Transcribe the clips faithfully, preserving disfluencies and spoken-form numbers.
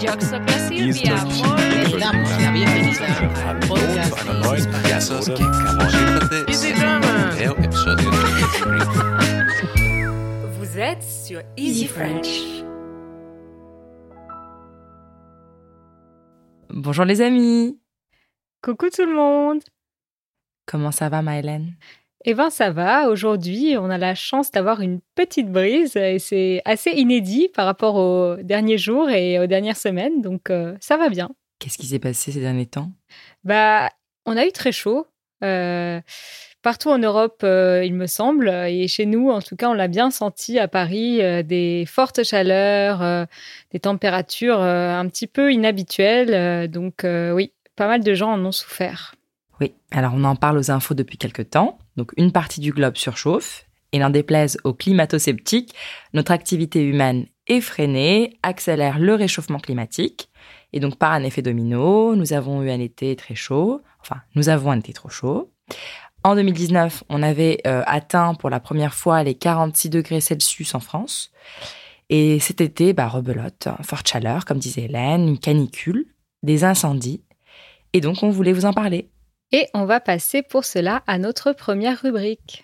Dióxocracia, Hier ist das amor. Le damos la bienvenida al podcast Hallo zu einer neuen Inspirados Episode que Camoshirate. Easy German. É o episódio Vous êtes sur Easy French. Bonjour les amis. Coucou tout le monde. Comment ça va Maëlène? Eh bien ça va, aujourd'hui on a la chance d'avoir une petite brise et c'est assez inédit par rapport aux derniers jours et aux dernières semaines, donc euh, ça va bien. Qu'est-ce qui s'est passé ces derniers temps? Bah, on a eu très chaud, euh, partout en Europe euh, il me semble, et chez nous en tout cas on l'a bien senti à Paris, euh, des fortes chaleurs, euh, des températures euh, un petit peu inhabituelles, euh, donc euh, oui, pas mal de gens en ont souffert. Oui, alors on en parle aux infos depuis quelques temps. Donc une partie du globe surchauffe et n'en déplaise aux climato-sceptiques, notre activité humaine effrénée accélère le réchauffement climatique. Et donc par un effet domino, nous avons eu un été très chaud, enfin nous avons un été trop chaud. En deux mille dix-neuf, on avait euh, atteint pour la première fois les quarante-six degrés Celsius en France. Et cet été, bah, rebelote, forte chaleur, comme disait Hélène, une canicule, des incendies. Et donc on voulait vous en parler. Et on va passer pour cela à notre première rubrique.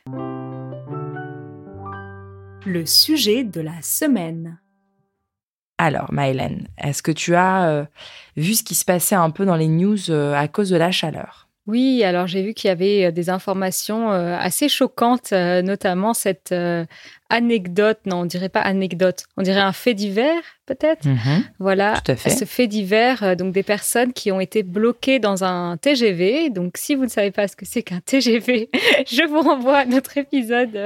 Le sujet de la semaine. Alors, Maëlène, est-ce que tu as euh, vu ce qui se passait un peu dans les news euh, à cause de la chaleur? Oui, alors j'ai vu qu'il y avait des informations euh, assez choquantes, euh, notamment cette euh, anecdote, non, on dirait pas anecdote, on dirait un fait divers, peut-être. Mmh, Voilà, tout à fait. ce fait divers, euh, donc des personnes qui ont été bloquées dans un T G V. Donc, si vous ne savez pas ce que c'est qu'un T G V, je vous renvoie à notre épisode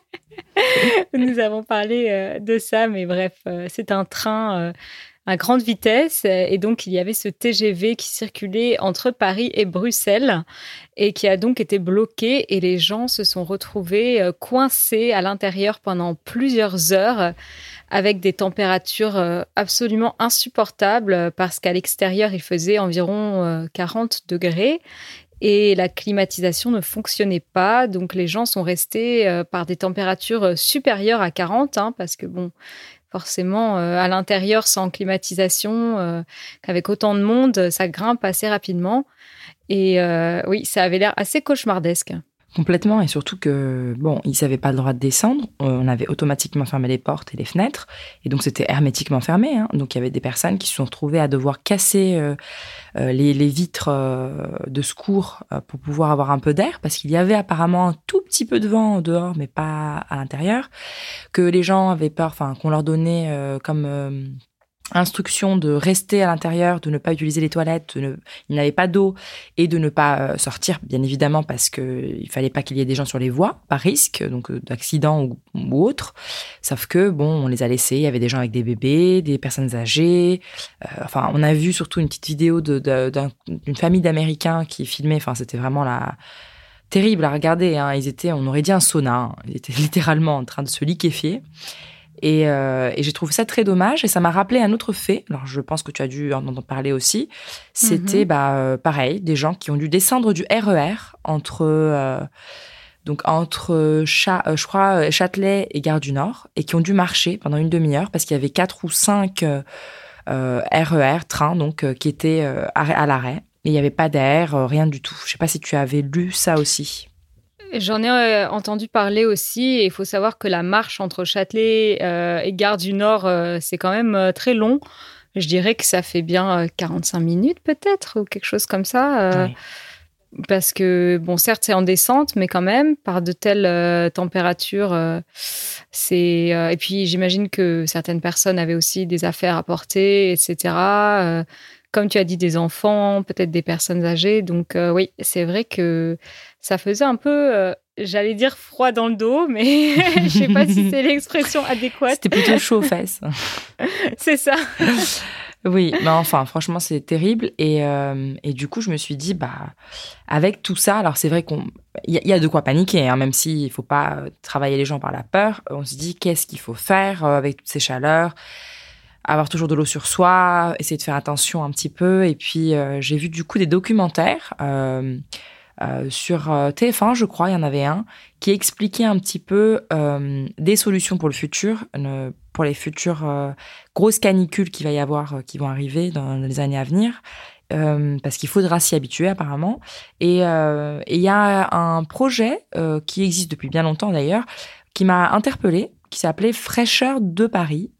où nous avons parlé euh, de ça. Mais bref, euh, c'est un train euh, à grande vitesse. Et donc, il y avait ce T G V qui circulait entre Paris et Bruxelles et qui a donc été bloqué. Et les gens se sont retrouvés euh, coincés à l'intérieur pendant plusieurs heures avec des températures euh, absolument insupportables parce qu'à l'extérieur, il faisait environ euh, quarante degrés. Et la climatisation ne fonctionnait pas, donc les gens sont restés euh, par des températures supérieures à quarante, hein, parce que bon, forcément, euh, à l'intérieur, sans climatisation, euh, qu'avec autant de monde, ça grimpe assez rapidement. Et euh, oui, ça avait l'air assez cauchemardesque. Complètement, et surtout que, bon, ils n'avaient pas le droit de descendre, on avait automatiquement fermé les portes et les fenêtres, et donc c'était hermétiquement fermé, hein. Donc il y avait des personnes qui se sont retrouvées à devoir casser euh, euh, les, les vitres euh, de secours euh, pour pouvoir avoir un peu d'air, parce qu'il y avait apparemment un tout petit peu de vent dehors, mais pas à l'intérieur, que les gens avaient peur, enfin, qu'on leur donnait euh, comme... Euh, instruction de rester à l'intérieur, de ne pas utiliser les toilettes, de ne, il n'avait pas d'eau et de ne pas euh, sortir, bien évidemment, parce que il fallait pas qu'il y ait des gens sur les voies, par risque, donc euh, d'accident ou, ou autre. Sauf que, bon, on les a laissés, il y avait des gens avec des bébés, des personnes âgées. Euh, enfin, on a vu surtout une petite vidéo de, de, d'un, d'une famille d'Américains qui filmait, enfin, c'était vraiment la... terrible à regarder, hein. Ils étaient, on aurait dit un sauna, hein. Ils étaient littéralement en train de se liquéfier. Et, euh, et j'ai trouvé ça très dommage. Et ça m'a rappelé un autre fait. Alors, je pense que tu as dû en entendre parler aussi. C'était, mm-hmm. bah, euh, pareil, des gens qui ont dû descendre du R E R entre, euh, donc, entre, Cha- euh, je crois, Châtelet et Gare du Nord, et qui ont dû marcher pendant une demi-heure parce qu'il y avait quatre ou cinq euh, euh, R E R, trains, donc, euh, qui étaient euh, à l'arrêt. Et il n'y avait pas d'air, euh, rien du tout. Je ne sais pas si tu avais lu ça aussi. J'en ai euh, entendu parler aussi, et il faut savoir que la marche entre Châtelet euh, et Gare du Nord, euh, c'est quand même euh, très long. Je dirais que ça fait bien euh, quarante-cinq minutes peut-être, ou quelque chose comme ça. Euh, oui. Parce que, bon, certes, c'est en descente, mais quand même, par de telles euh, températures, euh, c'est... Euh, et puis, j'imagine que certaines personnes avaient aussi des affaires à porter, et cetera. Euh, comme tu as dit, des enfants, peut-être des personnes âgées. Donc, euh, oui, c'est vrai que ça faisait un peu, euh, j'allais dire froid dans le dos, mais je ne sais pas si c'est l'expression adéquate. C'était plutôt chaud aux fesses. C'est ça. Oui, mais enfin, franchement, c'est terrible. Et, euh, et du coup, je me suis dit, bah, avec tout ça, alors c'est vrai qu'on, il y, y a de quoi paniquer, hein, même s'il ne faut pas travailler les gens par la peur. On se dit, qu'est-ce qu'il faut faire avec toutes ces chaleurs ? Avoir toujours de l'eau sur soi, essayer de faire attention un petit peu. Et puis, euh, j'ai vu du coup des documentaires euh, euh, sur T F un, je crois, il y en avait un, qui expliquait un petit peu euh, des solutions pour le futur, euh, pour les futures euh, grosses canicules qu'il va y avoir, euh, qui vont arriver dans les années à venir. Euh, parce qu'il faudra s'y habituer apparemment. Et euh, il y a un projet euh, qui existe depuis bien longtemps d'ailleurs, qui m'a interpellée, qui s'appelait Fraîcheur de Paris.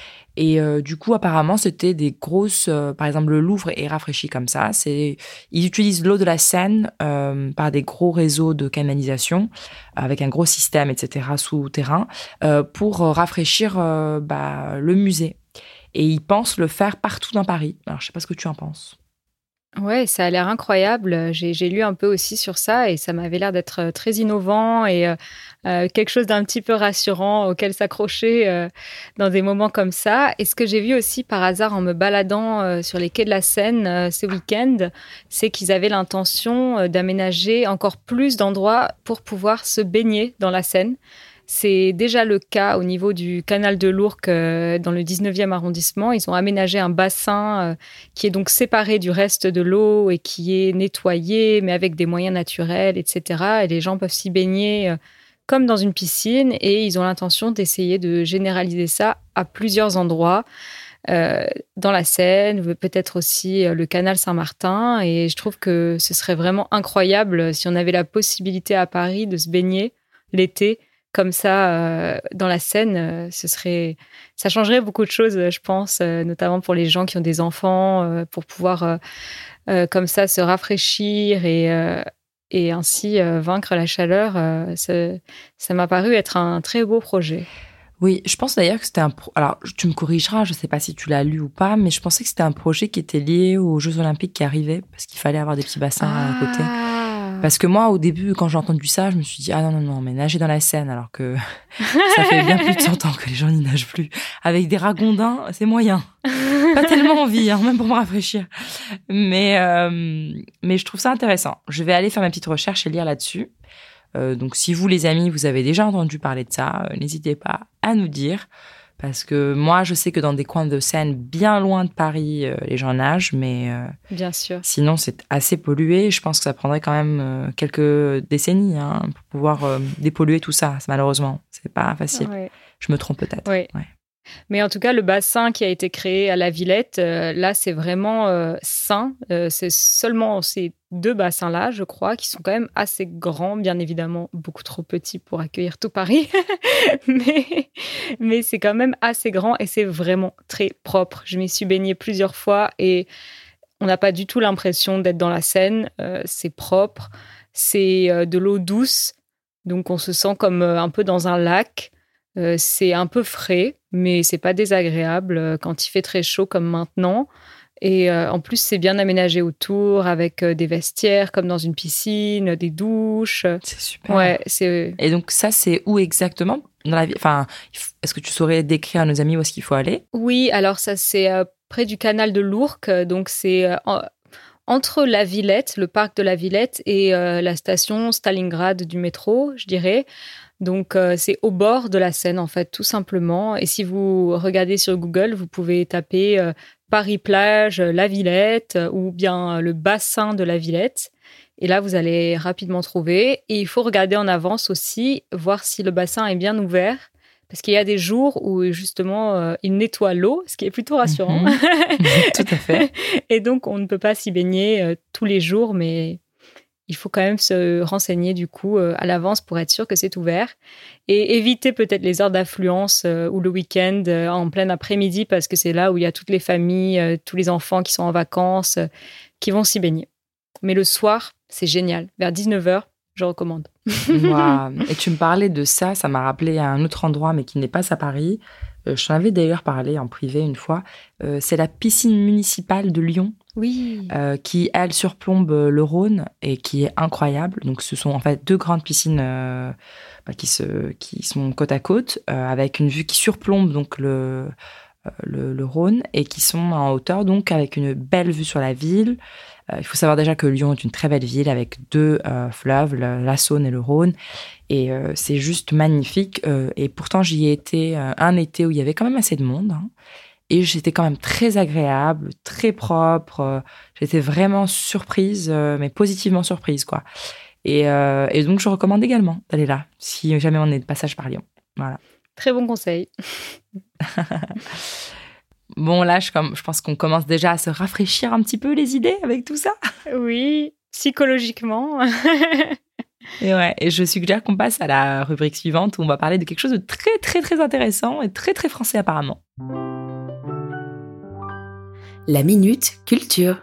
Et euh, du coup, apparemment, c'était des grosses... Euh, par exemple, le Louvre est rafraîchi comme ça. C'est, ils utilisent l'eau de la Seine euh, par des gros réseaux de canalisation, avec un gros système, et cetera, souterrain, euh, pour rafraîchir euh, bah, le musée. Et ils pensent le faire partout dans Paris. Alors, je sais pas ce que tu en penses. Ouais, ça a l'air incroyable. J'ai, j'ai lu un peu aussi sur ça et ça m'avait l'air d'être très innovant et euh, euh, quelque chose d'un petit peu rassurant auquel s'accrocher euh, dans des moments comme ça. Et ce que j'ai vu aussi par hasard en me baladant euh, sur les quais de la Seine euh, ce week-end, c'est qu'ils avaient l'intention euh, d'aménager encore plus d'endroits pour pouvoir se baigner dans la Seine. C'est déjà le cas au niveau du canal de l'Ourcq euh, dans le dix-neuvième arrondissement. Ils ont aménagé un bassin euh, qui est donc séparé du reste de l'eau et qui est nettoyé, mais avec des moyens naturels, et cetera. Et les gens peuvent s'y baigner euh, comme dans une piscine. Et ils ont l'intention d'essayer de généraliser ça à plusieurs endroits. Euh, dans la Seine, peut-être aussi euh, le canal Saint-Martin. Et je trouve que ce serait vraiment incroyable si on avait la possibilité à Paris de se baigner l'été comme ça, euh, dans la Seine, euh, ce serait, ça changerait beaucoup de choses, je pense, euh, notamment pour les gens qui ont des enfants, euh, pour pouvoir, euh, euh, comme ça, se rafraîchir et, euh, et ainsi euh, vaincre la chaleur. Euh, ça, ça m'a paru être un très beau projet. Oui, je pense d'ailleurs que c'était un... Pro... Alors, tu me corrigeras, je ne sais pas si tu l'as lu ou pas, mais je pensais que c'était un projet qui était lié aux Jeux Olympiques qui arrivaient, parce qu'il fallait avoir des petits bassins ah. à côté. Parce que moi, au début, quand j'ai entendu ça, je me suis dit, ah non, non, non, mais nager dans la Seine, alors que ça fait bien plus de cent ans que les gens n'y nagent plus. Avec des ragondins, c'est moyen. Pas tellement envie, hein, même pour me rafraîchir. Mais, euh, mais je trouve ça intéressant. Je vais aller faire ma petite recherche et lire là-dessus. Euh, donc, si vous, les amis, vous avez déjà entendu parler de ça, euh, n'hésitez pas à nous dire. Parce que moi, je sais que dans des coins de Seine, bien loin de Paris, euh, les gens nagent, mais euh, bien sûr. Sinon, c'est assez pollué. Je pense que ça prendrait quand même euh, quelques décennies hein, pour pouvoir euh, dépolluer tout ça. C'est, malheureusement, c'est pas facile. Ouais. Je me trompe peut-être. Ouais. Ouais. Mais en tout cas, le bassin qui a été créé à la Villette, euh, là, c'est vraiment euh, sain. Euh, c'est seulement ces deux bassins-là, je crois, qui sont quand même assez grands, bien évidemment, beaucoup trop petits pour accueillir tout Paris. mais, mais c'est quand même assez grand et c'est vraiment très propre. Je m'y suis baignée plusieurs fois et on n'a pas du tout l'impression d'être dans la Seine. Euh, c'est propre, c'est euh, de l'eau douce, donc on se sent comme euh, un peu dans un lac. Euh, c'est un peu frais, mais c'est pas désagréable euh, quand il fait très chaud comme maintenant. Et euh, en plus, c'est bien aménagé autour avec euh, des vestiaires comme dans une piscine, des douches. C'est super. Ouais, c'est... Et donc ça, c'est où exactement dans la vie? Enfin, est-ce que tu saurais décrire à nos amis où est-ce qu'il faut aller? Oui, alors ça, c'est euh, près du canal de l'Ourcq. Donc c'est euh, en... entre la Villette, le parc de la Villette, et euh, la station Stalingrad du métro, je dirais. Donc, euh, c'est au bord de la Seine, en fait, tout simplement. Et si vous regardez sur Google, vous pouvez taper euh, Paris-Plage, la Villette, euh, ou bien euh, le bassin de la Villette. Et là, vous allez rapidement trouver. Et il faut regarder en avance aussi, voir si le bassin est bien ouvert. Parce qu'il y a des jours où, justement, euh, il nettoie l'eau, ce qui est plutôt rassurant. Mmh. Tout à fait. Et donc, on ne peut pas s'y baigner euh, tous les jours, mais... il faut quand même se renseigner du coup euh, à l'avance pour être sûr que c'est ouvert et éviter peut-être les heures d'affluence euh, ou le week-end euh, en plein après-midi parce que c'est là où il y a toutes les familles, euh, tous les enfants qui sont en vacances, euh, qui vont s'y baigner. Mais le soir, c'est génial. Vers dix-neuf heures, je recommande. Wow. Et tu me parlais de ça, ça m'a rappelé à un autre endroit mais qui n'est pas à Paris. Euh, je t'en avais d'ailleurs parlé en privé une fois. Euh, c'est la piscine municipale de Lyon. Oui. Euh, qui, elle, surplombe le Rhône et qui est incroyable. Donc, ce sont en fait deux grandes piscines euh, bah, qui, se, qui sont côte à côte, euh, avec une vue qui surplombe donc le, euh, le, le Rhône et qui sont en hauteur, donc avec une belle vue sur la ville. Euh, il faut savoir déjà que Lyon est une très belle ville avec deux euh, fleuves, la, la Saône et le Rhône. Et euh, c'est juste magnifique. Euh, et pourtant, j'y ai été euh, un été où il y avait quand même assez de monde, hein. Et j'étais quand même très agréable, très propre. Euh, j'étais vraiment surprise, euh, mais positivement surprise, quoi. Et, euh, et donc, je recommande également d'aller là, si jamais on est de passage par Lyon. Voilà. Très bon conseil. Bon, là, je, je pense qu'on commence déjà à se rafraîchir un petit peu les idées avec tout ça. Oui, psychologiquement. Et ouais, et je suggère qu'on passe à la rubrique suivante où on va parler de quelque chose de très, très, très intéressant et très, très français apparemment. La Minute Culture.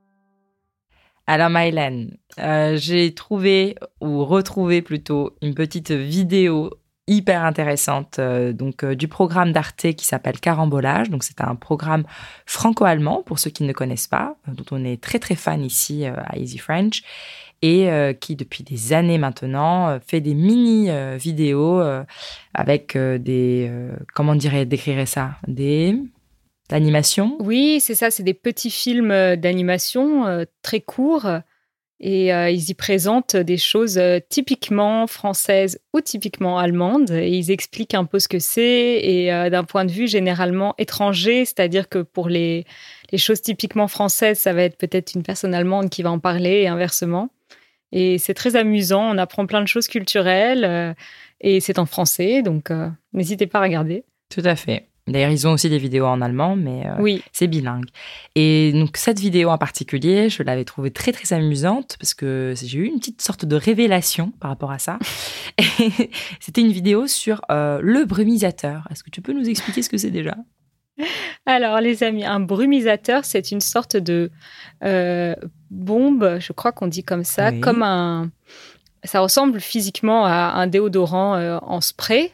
Alors Maëlène, euh, j'ai trouvé, ou retrouvé plutôt, une petite vidéo hyper intéressante euh, donc euh, du programme d'Arte qui s'appelle Carambolage. Donc c'est un programme franco-allemand pour ceux qui ne connaissent pas, euh, dont on est très très fan ici euh, à Easy French et euh, qui depuis des années maintenant euh, fait des mini euh, vidéos euh, avec euh, des euh, comment on dirait décrire ça des d'animation. Oui, c'est ça, c'est des petits films d'animation euh, très courts. Et euh, ils y présentent des choses euh, typiquement françaises ou typiquement allemandes. Et ils expliquent un peu ce que c'est et euh, d'un point de vue généralement étranger, c'est-à-dire que pour les, les choses typiquement françaises, ça va être peut-être une personne allemande qui va en parler et inversement. Et c'est très amusant, on apprend plein de choses culturelles euh, et c'est en français, donc euh, n'hésitez pas à regarder. Tout à fait. D'ailleurs, ils ont aussi des vidéos en allemand, mais euh, oui. c'est bilingue. Et donc, cette vidéo en particulier, je l'avais trouvée très, très amusante parce que j'ai eu une petite sorte de révélation par rapport à ça. Et c'était une vidéo sur euh, le brumisateur. Est-ce que tu peux nous expliquer ce que c'est déjà ? Alors, les amis, un brumisateur, c'est une sorte de euh, bombe, je crois qu'on dit comme ça, oui. comme un... Ça ressemble physiquement à un déodorant euh, en spray.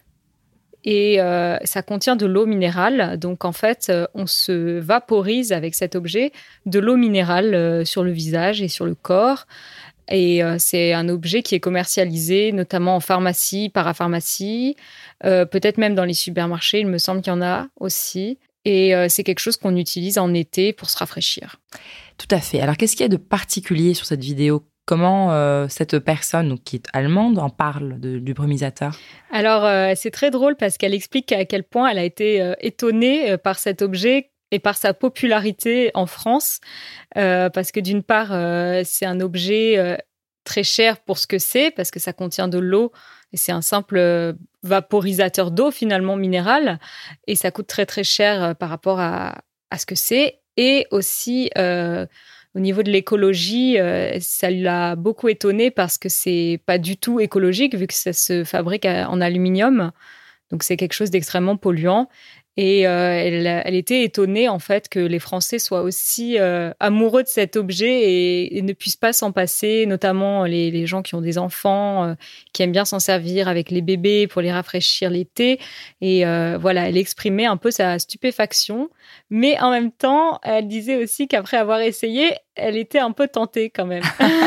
Et euh, ça contient de l'eau minérale. Donc, en fait, euh, on se vaporise avec cet objet de l'eau minérale euh, sur le visage et sur le corps. Et euh, c'est un objet qui est commercialisé notamment en pharmacie, parapharmacie, euh, peut-être même dans les supermarchés. Il me semble qu'il y en a aussi. Et euh, c'est quelque chose qu'on utilise en été pour se rafraîchir. Tout à fait. Alors, qu'est-ce qu'il y a de particulier sur cette vidéo ? Comment euh, cette personne, donc, qui est allemande, en parle de, du brumisateur ? Alors, euh, c'est très drôle parce qu'elle explique à quel point elle a été euh, étonnée euh, par cet objet et par sa popularité en France. Euh, parce que d'une part, euh, c'est un objet euh, très cher pour ce que c'est, parce que ça contient de l'eau et c'est un simple euh, vaporisateur d'eau, finalement, minérale. Et ça coûte très, très cher euh, par rapport à, à ce que c'est. Et aussi... Euh, Au niveau de l'écologie, euh, ça l'a beaucoup étonnée parce que c'est pas du tout écologique vu que ça se fabrique en aluminium. Donc, c'est quelque chose d'extrêmement polluant. Et euh, elle, elle était étonnée, en fait, que les Français soient aussi euh, amoureux de cet objet et, et ne puissent pas s'en passer, notamment les, les gens qui ont des enfants, euh, qui aiment bien s'en servir avec les bébés pour les rafraîchir l'été. Et euh, voilà, elle exprimait un peu sa stupéfaction. Mais en même temps, elle disait aussi qu'après avoir essayé, elle était un peu tentée quand même.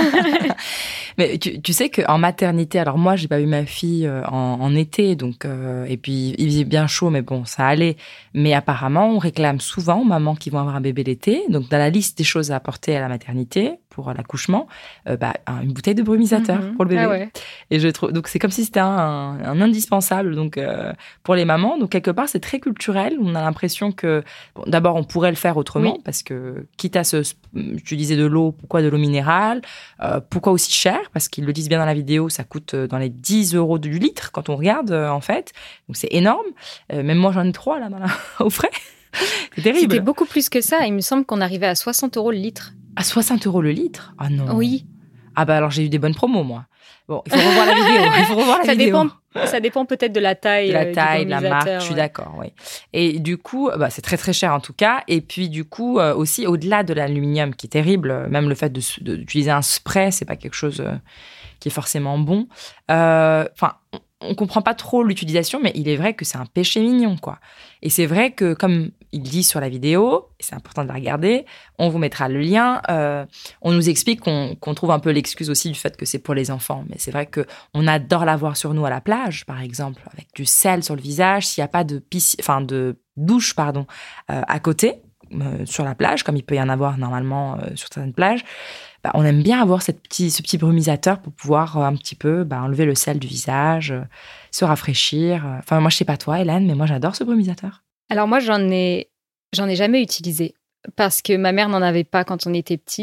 Mais tu, tu sais qu'en maternité, alors moi, j'ai pas eu ma fille en, en été, donc euh, et puis il faisait bien chaud, mais bon, ça allait. Mais apparemment, on réclame souvent aux mamans qui vont avoir un bébé l'été. Donc, dans la liste des choses à apporter à la maternité pour l'accouchement, euh, bah, une bouteille de brumisateur mm-hmm. pour le bébé. Ah ouais. Et je trouve donc c'est comme si c'était un, un indispensable donc euh, pour les mamans. Donc quelque part, c'est très culturel. On a l'impression que bon, d'abord on pourrait le faire autrement oui. parce que quitte à se utiliser de l'eau, pourquoi de l'eau minérale, euh, pourquoi aussi cher ? Parce qu'ils le disent bien dans la vidéo, ça coûte dans les dix euros du litre quand on regarde euh, en fait. Donc c'est énorme. Euh, même moi j'en ai trois là, là au frais. C'est terrible. C'était beaucoup plus que ça. Il me semble qu'on arrivait à soixante euros le litre. À soixante euros le litre ? Ah non. Oui. Ah bah alors j'ai eu des bonnes promos moi. Bon, il faut revoir la vidéo. Il faut revoir la ça vidéo. Dépend, ça dépend peut-être de la taille. De la taille, de la marque, ouais. je suis d'accord, oui. Et du coup, bah, c'est très très cher en tout cas. Et puis du coup, euh, aussi au-delà de l'aluminium qui est terrible, même le fait de, de, d'utiliser un spray, c'est pas quelque chose euh, qui est forcément bon. Enfin, euh, on comprend pas trop l'utilisation, mais il est vrai que c'est un péché mignon, quoi. Et c'est vrai que, comme il dit sur la vidéo, et c'est important de la regarder, on vous mettra le lien, euh, on nous explique qu'on, qu'on trouve un peu l'excuse aussi du fait que c'est pour les enfants. Mais c'est vrai qu'on adore l'avoir sur nous à la plage, par exemple, avec du sel sur le visage, s'il n'y a pas de, piscine, enfin, de douche pardon, euh, à côté, euh, sur la plage, comme il peut y en avoir normalement euh, sur certaines plages. Bah, on aime bien avoir cette petit, ce petit brumisateur pour pouvoir euh, un petit peu bah, enlever le sel du visage, euh, se rafraîchir. Enfin, moi, je sais pas toi, Hélène, mais moi, j'adore ce brumisateur. Alors moi, j'en ai, j'en ai jamais utilisé parce que ma mère n'en avait pas quand on était petit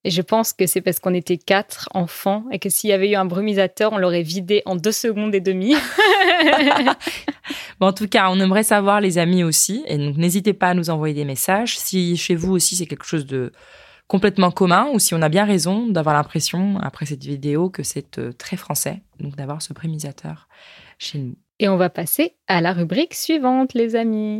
Et je pense que c'est parce qu'on était quatre enfants et que s'il y avait eu un brumisateur, on l'aurait vidé en deux secondes et demie. Bon, en tout cas, on aimerait savoir, les amis aussi. Et donc, n'hésitez pas à nous envoyer des messages. Si chez vous aussi, c'est quelque chose de complètement commun ou si on a bien raison d'avoir l'impression, après cette vidéo, que c'est euh, très français, donc d'avoir ce brumisateur chez nous. Et on va passer à la rubrique suivante, les amis.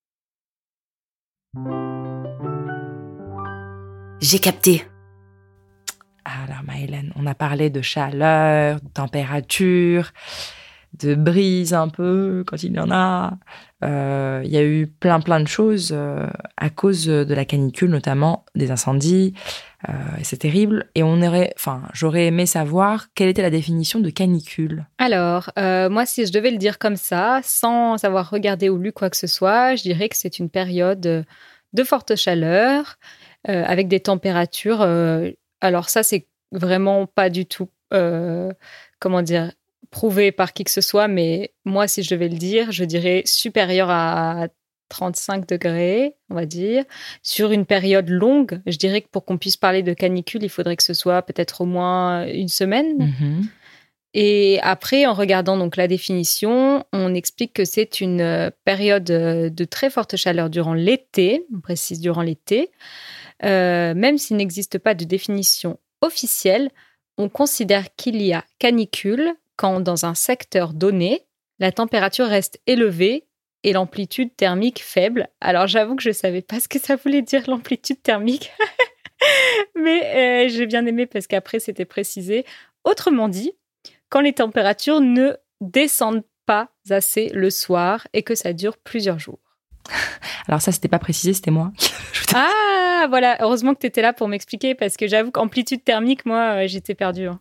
J'ai capté. Alors, Maëlène, on a parlé de chaleur, de température, de brise un peu, quand il y en a. Euh, il y a eu plein, plein de choses euh, à cause de la canicule, notamment des incendies. Euh, c'est terrible. Et on aurait, enfin, j'aurais aimé savoir quelle était la définition de canicule. Alors, euh, moi, si je devais le dire comme ça, sans avoir regardé ou lu quoi que ce soit, je dirais que c'est une période de forte chaleur, euh, avec des températures. Euh, alors ça, c'est vraiment pas du tout, euh, comment dire, prouvé par qui que ce soit, mais moi, si je devais le dire, je dirais supérieur à trente-cinq degrés, on va dire. Sur une période longue, je dirais que pour qu'on puisse parler de canicule, il faudrait que ce soit peut-être au moins une semaine. Mm-hmm. Et après, en regardant donc la définition, on explique que c'est une période de très forte chaleur durant l'été, on précise durant l'été. Euh, même s'il n'existe pas de définition officielle, on considère qu'il y a canicule quand, dans un secteur donné, la température reste élevée et l'amplitude thermique faible. Alors, j'avoue que je ne savais pas ce que ça voulait dire, l'amplitude thermique. Mais euh, j'ai bien aimé parce qu'après, c'était précisé. Autrement dit, quand les températures ne descendent pas assez le soir et que ça dure plusieurs jours. Alors ça, c'était pas précisé, c'était moi. Ah, voilà. Heureusement que tu étais là pour m'expliquer parce que j'avoue qu'amplitude thermique, moi, euh, j'étais perdue. Hein.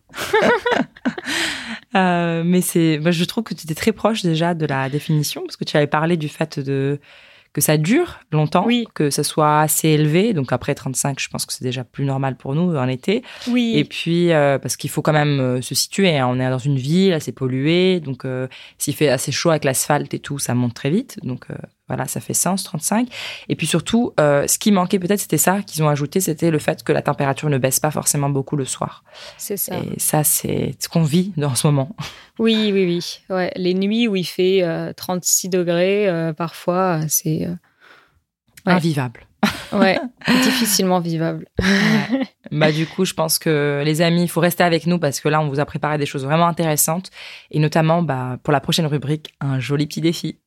euh, mais c'est, moi, je trouve que tu étais très proche déjà de la définition parce que tu avais parlé du fait de que ça dure longtemps, oui. que ça soit assez élevé. Donc après trente-cinq, je pense que c'est déjà plus normal pour nous en été. Oui. Et puis, euh, parce qu'il faut quand même euh, se situer. Hein. On est dans une ville assez polluée. Donc, euh, s'il fait assez chaud avec l'asphalte et tout, ça monte très vite. Donc, euh, voilà, ça fait sens, trente-cinq. Et puis surtout, euh, ce qui manquait peut-être, c'était ça qu'ils ont ajouté, c'était le fait que la température ne baisse pas forcément beaucoup le soir. C'est ça. Et ça, c'est ce qu'on vit en ce moment. Oui, oui, oui. Ouais. Les nuits où il fait euh, trente-six degrés, euh, parfois, c'est... Euh... Ouais. Invivable. Ouais, difficilement vivable. Ouais. Bah, du coup, je pense que les amis, il faut rester avec nous parce que là, on vous a préparé des choses vraiment intéressantes. Et notamment, bah, pour la prochaine rubrique, un joli petit défi.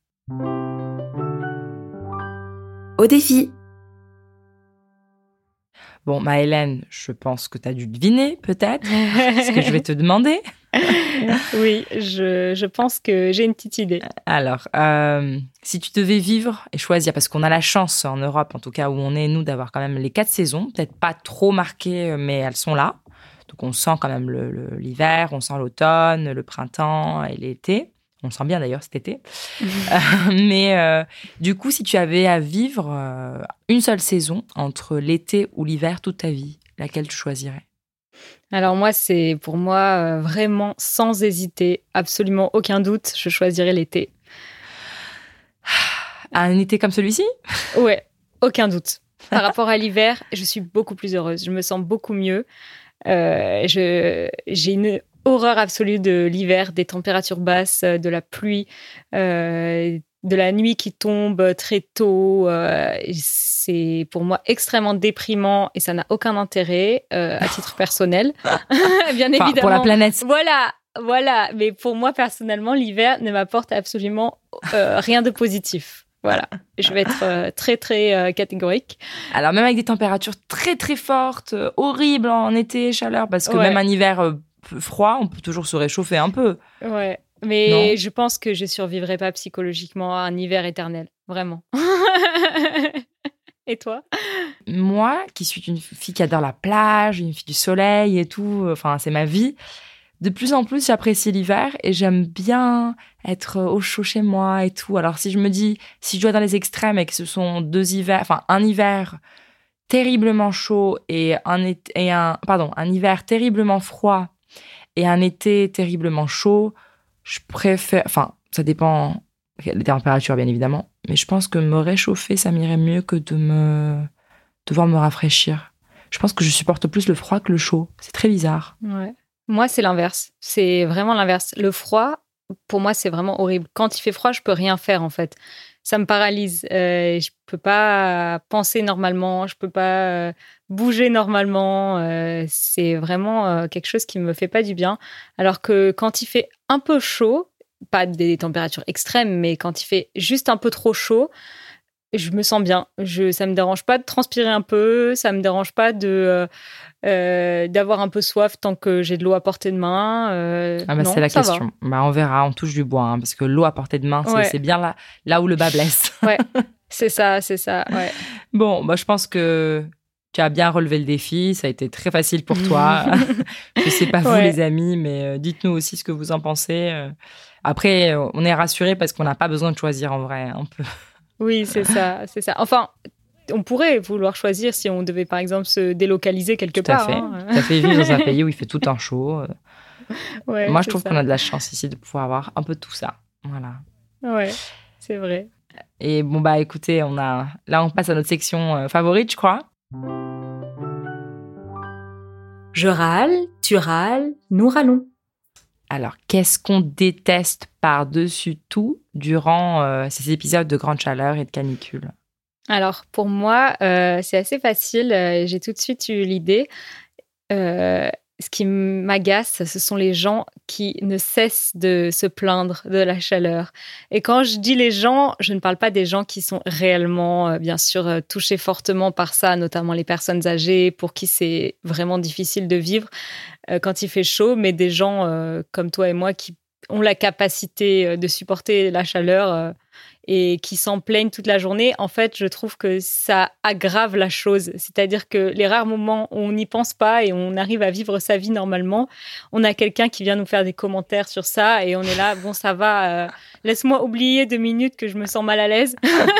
Au défi. Bon, Maëlène, je pense que tu as dû deviner, peut-être, ce que je vais te demander. Oui, je, je pense que j'ai une petite idée. Alors, euh, si tu devais vivre et choisir, parce qu'on a la chance en Europe, en tout cas où on est, nous, d'avoir quand même les quatre saisons, peut-être pas trop marquées, mais elles sont là. Donc, on sent quand même le, le, l'hiver, on sent l'automne, le printemps et l'été. On le sent bien d'ailleurs cet été. Mmh. Euh, mais euh, du coup, si tu avais à vivre euh, une seule saison entre l'été ou l'hiver toute ta vie, laquelle tu choisirais ? Alors moi, c'est pour moi euh, vraiment sans hésiter, absolument aucun doute, je choisirais l'été. Un été comme celui-ci ? Ouais, aucun doute. Par rapport à l'hiver, je suis beaucoup plus heureuse. Je me sens beaucoup mieux. Euh, je, j'ai une horreur absolue de l'hiver, des températures basses, de la pluie, euh, de la nuit qui tombe très tôt. Euh, c'est pour moi extrêmement déprimant et ça n'a aucun intérêt euh, à titre personnel. Bien enfin, évidemment. Pour la planète. Voilà, voilà. Mais pour moi, personnellement, l'hiver ne m'apporte absolument euh, rien de positif. Voilà, je vais être euh, très, très euh, catégorique. Alors, même avec des températures très, très fortes, euh, horribles en été, chaleur, parce que ouais. même un hiver euh, froid, on peut toujours se réchauffer un peu. Ouais, mais non. Je pense que je ne survivrai pas psychologiquement à un hiver éternel, vraiment. Et toi ? Moi, qui suis une fille qui adore la plage, une fille du soleil et tout, enfin, c'est ma vie. De plus en plus, j'apprécie l'hiver et j'aime bien être au chaud chez moi et tout. Alors, si je me dis, si je dois dans les extrêmes et que ce sont deux hivers, enfin, un hiver terriblement chaud et un, été, et un, pardon, un hiver terriblement froid et un été terriblement chaud, je préfère, enfin, ça dépend des températures, bien évidemment, mais je pense que me réchauffer, ça m'irait mieux que de me, devoir me rafraîchir. Je pense que je supporte plus le froid que le chaud. C'est très bizarre. Ouais. Moi, c'est l'inverse. C'est vraiment l'inverse. Le froid, pour moi, c'est vraiment horrible. Quand il fait froid, je peux rien faire, en fait. Ça me paralyse. Euh, je peux pas penser normalement. Je peux pas euh, bouger normalement. Euh, c'est vraiment euh, quelque chose qui me fait pas du bien. Alors que quand il fait un peu chaud, pas des températures extrêmes, mais quand il fait juste un peu trop chaud, je me sens bien. Je, ça me dérange pas de transpirer un peu. Ça me dérange pas de euh, euh, d'avoir un peu soif tant que j'ai de l'eau à portée de main. Euh, ah bah non, c'est la ça question. Bah on verra, on touche du bois, hein, parce que l'eau à portée de main, c'est, Ouais. c'est bien là, là où le bas blesse. Ouais, c'est ça, c'est ça. Ouais. Bon, bah je pense que tu as bien relevé le défi. Ça a été très facile pour toi. Je sais pas vous, Ouais. les amis, mais euh, dites-nous aussi ce que vous en pensez. Euh, Après, euh, on est rassurés parce qu'on n'a pas besoin de choisir en vrai. Un peu. Oui, c'est ça, c'est ça. Enfin, on pourrait vouloir choisir si on devait, par exemple, se délocaliser quelque Tout à part. fait. hein. Tout à fait. Vivre dans un pays où il fait tout le temps chaud. Euh, Ouais, Moi, je c'est trouve ça. qu'on a de la chance ici de pouvoir avoir un peu de tout ça. Voilà. Ouais, c'est vrai. Et bon, bah écoutez, on a... là, on passe à notre section euh, favorite, je crois. Je râle, tu râles, nous râlons. Alors, qu'est-ce qu'on déteste par-dessus tout durant euh, ces épisodes de grande chaleur et de canicule? Alors, pour moi, euh, c'est assez facile. euh, J'ai tout de suite eu l'idée. Euh, ce qui m'agace, ce sont les gens qui ne cessent de se plaindre de la chaleur. Et quand je dis les gens, je ne parle pas des gens qui sont réellement, euh, bien sûr, euh, touchés fortement par ça, notamment les personnes âgées pour qui c'est vraiment difficile de vivre euh, quand il fait chaud, mais des gens euh, comme toi et moi qui ont la capacité euh, de supporter la chaleur euh, et qui s'en plaignent toute la journée. En fait, je trouve que ça aggrave la chose. C'est-à-dire que les rares moments où on n'y pense pas et on arrive à vivre sa vie normalement, on a quelqu'un qui vient nous faire des commentaires sur ça et on est là, bon, ça va, euh, laisse-moi oublier deux minutes que je me sens mal à l'aise.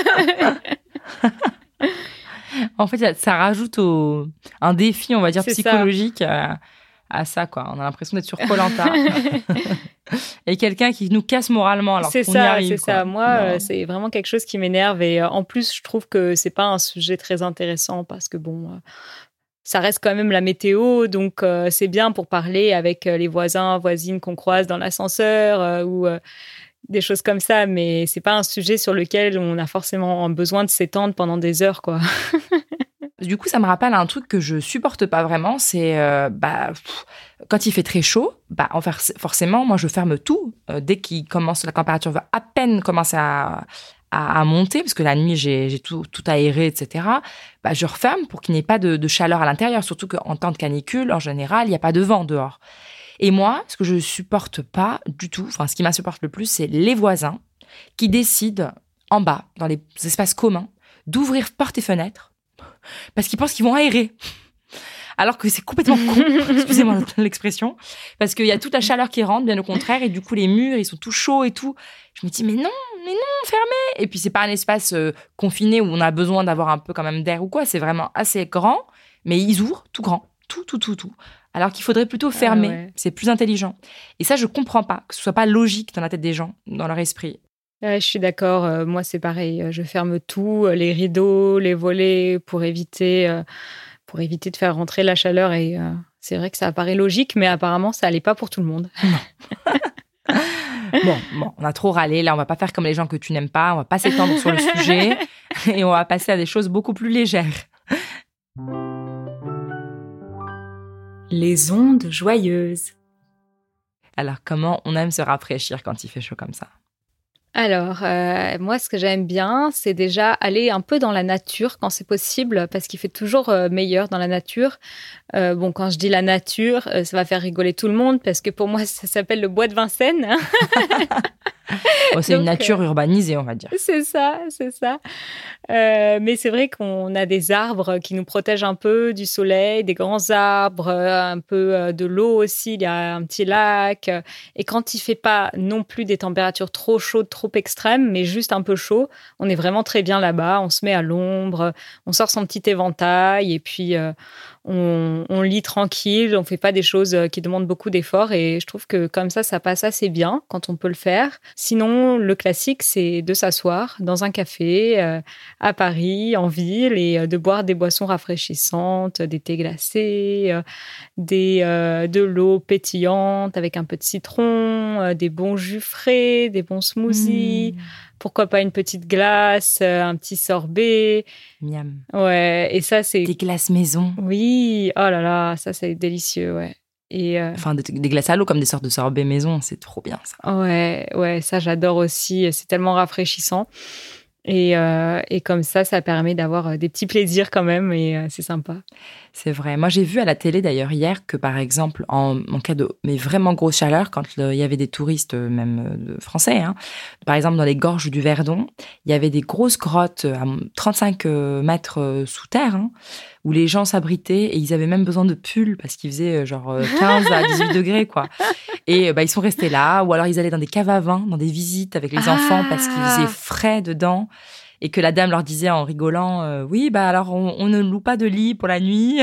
En fait, ça, ça rajoute au... un défi, on va dire, C'est ça. psychologique à, à ça, quoi. On a l'impression d'être sur Koh-Lanta. Et quelqu'un qui nous casse moralement alors C'est qu'on ça, y arrive. c'est quoi. ça. Moi, Non. euh, c'est vraiment quelque chose qui m'énerve. Et euh, en plus, je trouve que c'est pas un sujet très intéressant parce que bon, euh, ça reste quand même la météo. Donc, euh, c'est bien pour parler avec euh, les voisins, voisines qu'on croise dans l'ascenseur euh, ou euh, des choses comme ça. Mais c'est pas un sujet sur lequel on a forcément besoin de s'étendre pendant des heures, quoi. Du coup, ça me rappelle un truc que je supporte pas vraiment, c'est euh, bah, pff, quand il fait très chaud, bah, en fait, forcément, moi, je ferme tout. Euh, dès qu'il commence, la température va à peine commencer à, à, à monter, parce que la nuit, j'ai, j'ai tout, tout aéré, et cetera. Bah, je referme pour qu'il n'y ait pas de, de chaleur à l'intérieur, surtout qu'en temps de canicule, en général, il n'y a pas de vent dehors. Et moi, ce que je supporte pas du tout, enfin, ce qui m'insupporte le plus, c'est les voisins qui décident, en bas, dans les espaces communs, d'ouvrir portes et fenêtres parce qu'ils pensent qu'ils vont aérer. Alors que c'est complètement con, excusez-moi l'expression, parce qu'il y a toute la chaleur qui rentre, bien au contraire, et du coup, les murs, ils sont tout chauds et tout. Je me dis, mais non, mais non, fermez. Et puis, c'est pas un espace euh, confiné où on a besoin d'avoir un peu quand même d'air ou quoi. C'est vraiment assez grand, mais ils ouvrent tout grand, tout, tout, tout, tout. Alors qu'il faudrait plutôt fermer. Ah ouais. C'est plus intelligent. Et ça, je comprends pas, que ce soit pas logique dans la tête des gens, dans leur esprit. Ouais, je suis d'accord. Euh, moi, c'est pareil. Je ferme tout, euh, les rideaux, les volets, pour éviter, euh, pour éviter de faire rentrer la chaleur. Et euh, c'est vrai que ça paraît logique, mais apparemment, ça n'allait pas pour tout le monde. Bon, bon, on a trop râlé. Là, on va pas faire comme les gens que tu n'aimes pas. On va pas s'étendre sur le sujet et on va passer à des choses beaucoup plus légères. Les ondes joyeuses. Alors, comment on aime se rafraîchir quand il fait chaud comme ça? Alors, euh, moi, ce que j'aime bien, c'est déjà aller un peu dans la nature quand c'est possible, parce qu'il fait toujours euh, meilleur dans la nature. Euh, bon, quand je dis la nature, euh, ça va faire rigoler tout le monde, parce que pour moi, ça s'appelle le bois de Vincennes. Oh, c'est Donc, une nature euh, urbanisée, on va dire. C'est ça, c'est ça. Euh, mais c'est vrai qu'on a des arbres qui nous protègent un peu du soleil, des grands arbres, euh, un peu euh, de l'eau aussi. Il y a un petit lac. euh, Et quand il fait pas non plus des températures trop chaudes, trop extrêmes, mais juste un peu chaud, on est vraiment très bien là-bas. On se met à l'ombre, on sort son petit éventail et puis euh, on, on lit tranquille. On fait pas des choses qui demandent beaucoup d'efforts. Et je trouve que comme ça, ça passe assez bien quand on peut le faire. Sinon, le classique, c'est de s'asseoir dans un café euh, à Paris, en ville, et euh, de boire des boissons rafraîchissantes, des thés glacés, euh, des, euh, de l'eau pétillante avec un peu de citron, euh, des bons jus frais, des bons smoothies. Mmh. Pourquoi pas une petite glace, euh, un petit sorbet. Miam. Ouais, et ça, c'est... Des glaces maison. Oui, oh là là, ça, c'est délicieux, ouais. Et euh... Enfin, des, des glaces à l'eau comme des sortes de sorbets maison, c'est trop bien, ça. Ouais, ouais, ça, j'adore aussi. C'est tellement rafraîchissant. Et, euh, et comme ça, ça permet d'avoir des petits plaisirs quand même, et euh, c'est sympa. C'est vrai. Moi, j'ai vu à la télé d'ailleurs hier que, par exemple, en, en cas de mais vraiment grosse chaleur, quand il y avait des touristes, même euh, français, hein, par exemple dans les gorges du Verdon, il y avait des grosses grottes à trente-cinq mètres sous terre, hein, où les gens s'abritaient et ils avaient même besoin de pulls parce qu'il faisait genre quinze à dix-huit degrés, quoi. Et bah, ils sont restés là, ou alors ils allaient dans des caves à vin, dans des visites avec les ah. enfants parce qu'il faisait frais dedans. Et que la dame leur disait en rigolant, euh, oui, bah alors on, on ne loue pas de lit pour la nuit.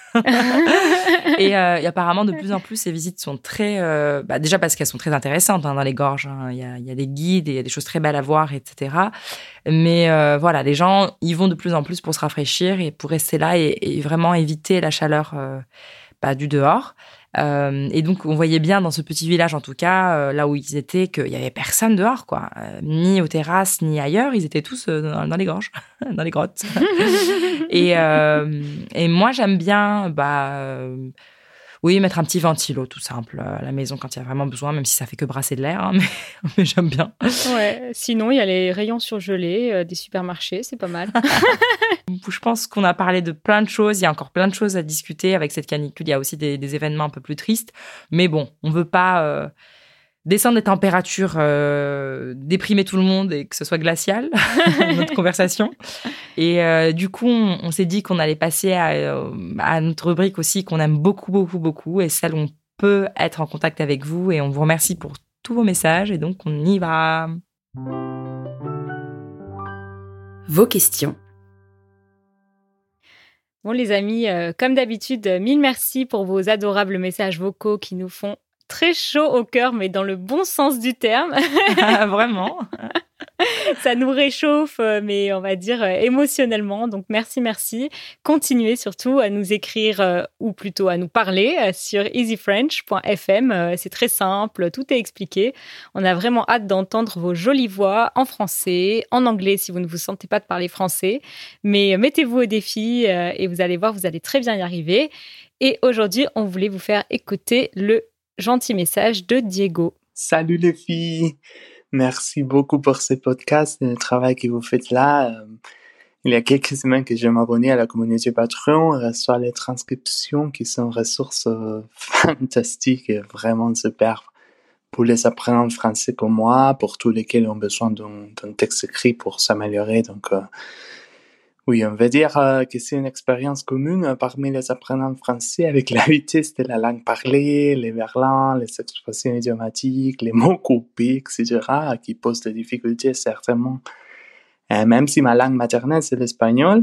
et, euh, et apparemment, de plus en plus, ces visites sont très... Euh, bah déjà parce qu'elles sont très intéressantes hein, dans les gorges. Hein. Il y a, il y a des guides et il y a des choses très belles à voir, et cetera. Mais euh, voilà, les gens y vont de plus en plus pour se rafraîchir et pour rester là et, et vraiment éviter la chaleur euh, bah, du dehors. Euh, et donc, on voyait bien dans ce petit village, en tout cas, euh, là où ils étaient, qu'il y avait personne dehors, quoi. Euh, ni aux terrasses, ni ailleurs. Ils étaient tous euh, dans, dans les gorges, dans les grottes. et, euh, et moi, j'aime bien, bah, euh, oui, mettre un petit ventilo, tout simple, à la maison quand il y a vraiment besoin, même si ça fait que brasser de l'air, hein, mais, mais j'aime bien. Ouais. Sinon, il y a les rayons surgelés euh, des supermarchés, c'est pas mal. Je pense qu'on a parlé de plein de choses. Il y a encore plein de choses à discuter avec cette canicule. Il y a aussi des, des événements un peu plus tristes. Mais bon, on ne veut pas euh, descendre les températures, euh, déprimer tout le monde et que ce soit glacial, notre conversation. Et euh, du coup, on, on s'est dit qu'on allait passer à, à notre rubrique aussi qu'on aime beaucoup, beaucoup, beaucoup. Et celle où on peut être en contact avec vous. Et on vous remercie pour tous vos messages. Et donc, on y va. Vos questions. Bon, les amis, euh, comme d'habitude, mille merci pour vos adorables messages vocaux qui nous font très chaud au cœur, mais dans le bon sens du terme. Vraiment. Ça nous réchauffe, mais on va dire euh, émotionnellement. Donc, merci, merci. Continuez surtout à nous écrire, euh, ou plutôt à nous parler euh, sur easy french point f m. Euh, c'est très simple, tout est expliqué. On a vraiment hâte d'entendre vos jolies voix en français, en anglais si vous ne vous sentez pas de parler français. Mais euh, mettez-vous au défi euh, et vous allez voir, vous allez très bien y arriver. Et aujourd'hui, on voulait vous faire écouter le gentil message de Diego. Salut les filles! Merci beaucoup pour ce podcast et le travail que vous faites là. Euh, il y a quelques semaines que je m'abonnais à la communauté Patreon et reçois les transcriptions qui sont ressources euh, fantastiques et vraiment super pour les apprenants français comme moi, pour tous lesquels ont besoin d'un, d'un texte écrit pour s'améliorer. Donc, euh, oui, on va dire euh, que c'est une expérience commune euh, parmi les apprenants français avec la vitesse de la langue parlée, les verlan, les expressions idiomatiques, les mots coupés, et cetera, qui posent des difficultés certainement. Euh, même si ma langue maternelle, c'est l'espagnol,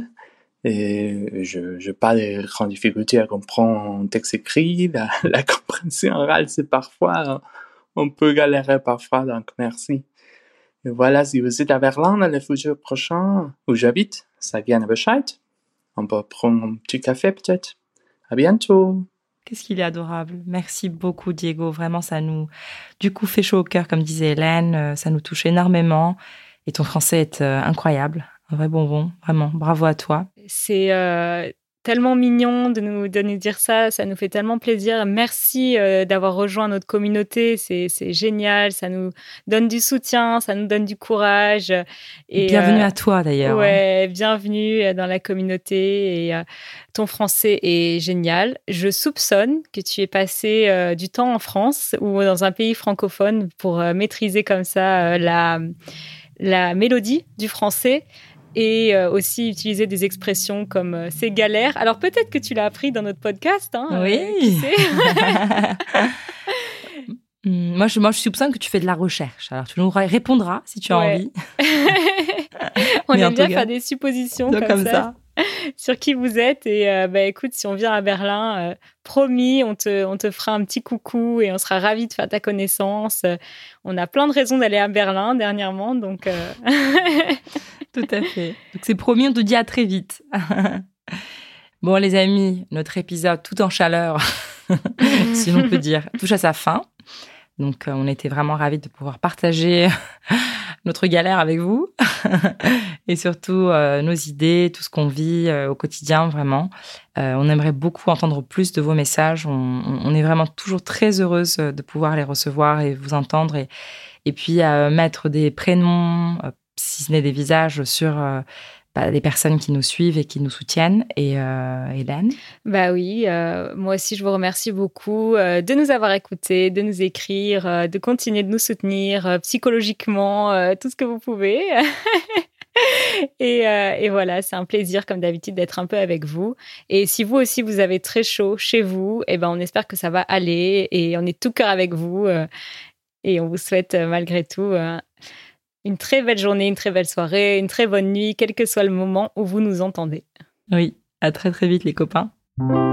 et je n'ai pas de grandes difficultés à comprendre un texte écrit, la, la compréhension orale, c'est parfois, on peut galérer parfois, donc merci. Et voilà, si vous êtes à Berlin dans le futur prochain, où j'habite, sag gerne Bescheid. On peut prendre un petit café peut-être. À bientôt. Qu'est-ce qu'il est adorable. Merci beaucoup, Diego. Vraiment, ça nous, du coup, fait chaud au cœur, comme disait Hélène. Ça nous touche énormément. Et ton français est euh, incroyable. Un vrai bonbon. Vraiment. Bravo à toi. C'est euh, tellement mignon de nous, de nous dire ça. Ça nous fait tellement plaisir. Merci euh, d'avoir rejoint notre communauté. C'est, c'est génial. Ça nous donne du soutien. Ça nous donne du courage. Et bienvenue euh, à toi, d'ailleurs. Ouais, bienvenue dans la communauté. Et euh, ton français est génial. Je soupçonne que tu aies passé euh, du temps en France ou dans un pays francophone pour euh, maîtriser comme ça euh, la, la mélodie du français. Et euh, aussi utiliser des expressions comme euh, « c'est galère ». Alors, peut-être que tu l'as appris dans notre podcast. Hein, oui. Euh, qui sait. moi, je, moi, je soupçonne que tu fais de la recherche. Alors, tu nous répondras si tu as ouais. envie. On aime bien faire des suppositions comme, comme ça. ça. sur qui vous êtes. Et euh, bah, écoute, si on vient à Berlin, euh, promis, on te, on te fera un petit coucou et on sera ravis de faire ta connaissance. Euh, on a plein de raisons d'aller à Berlin dernièrement, donc... Euh... Tout à fait. Donc c'est promis, on te dit à très vite. Bon, les amis, notre épisode tout en chaleur, si l'on peut dire, touche à sa fin. Donc, euh, on était vraiment ravis de pouvoir partager notre galère avec vous et surtout euh, nos idées, tout ce qu'on vit euh, au quotidien, vraiment. Euh, on aimerait beaucoup entendre plus de vos messages. On, on est vraiment toujours très heureuse de pouvoir les recevoir et vous entendre et, et puis euh, mettre des prénoms, euh, si ce n'est des visages, sur... Euh, Bah, les personnes qui nous suivent et qui nous soutiennent. Et euh, Hélène ? Bah oui, euh, moi aussi, je vous remercie beaucoup euh, de nous avoir écoutés, de nous écrire, euh, de continuer de nous soutenir euh, psychologiquement, euh, tout ce que vous pouvez. et, euh, et voilà, c'est un plaisir, comme d'habitude, d'être un peu avec vous. Et si vous aussi, vous avez très chaud chez vous, eh ben, on espère que ça va aller et on est tout cœur avec vous. Euh, et on vous souhaite, euh, malgré tout... Euh, Une très belle journée, une très belle soirée, une très bonne nuit, quel que soit le moment où vous nous entendez. Oui, à très très vite les copains.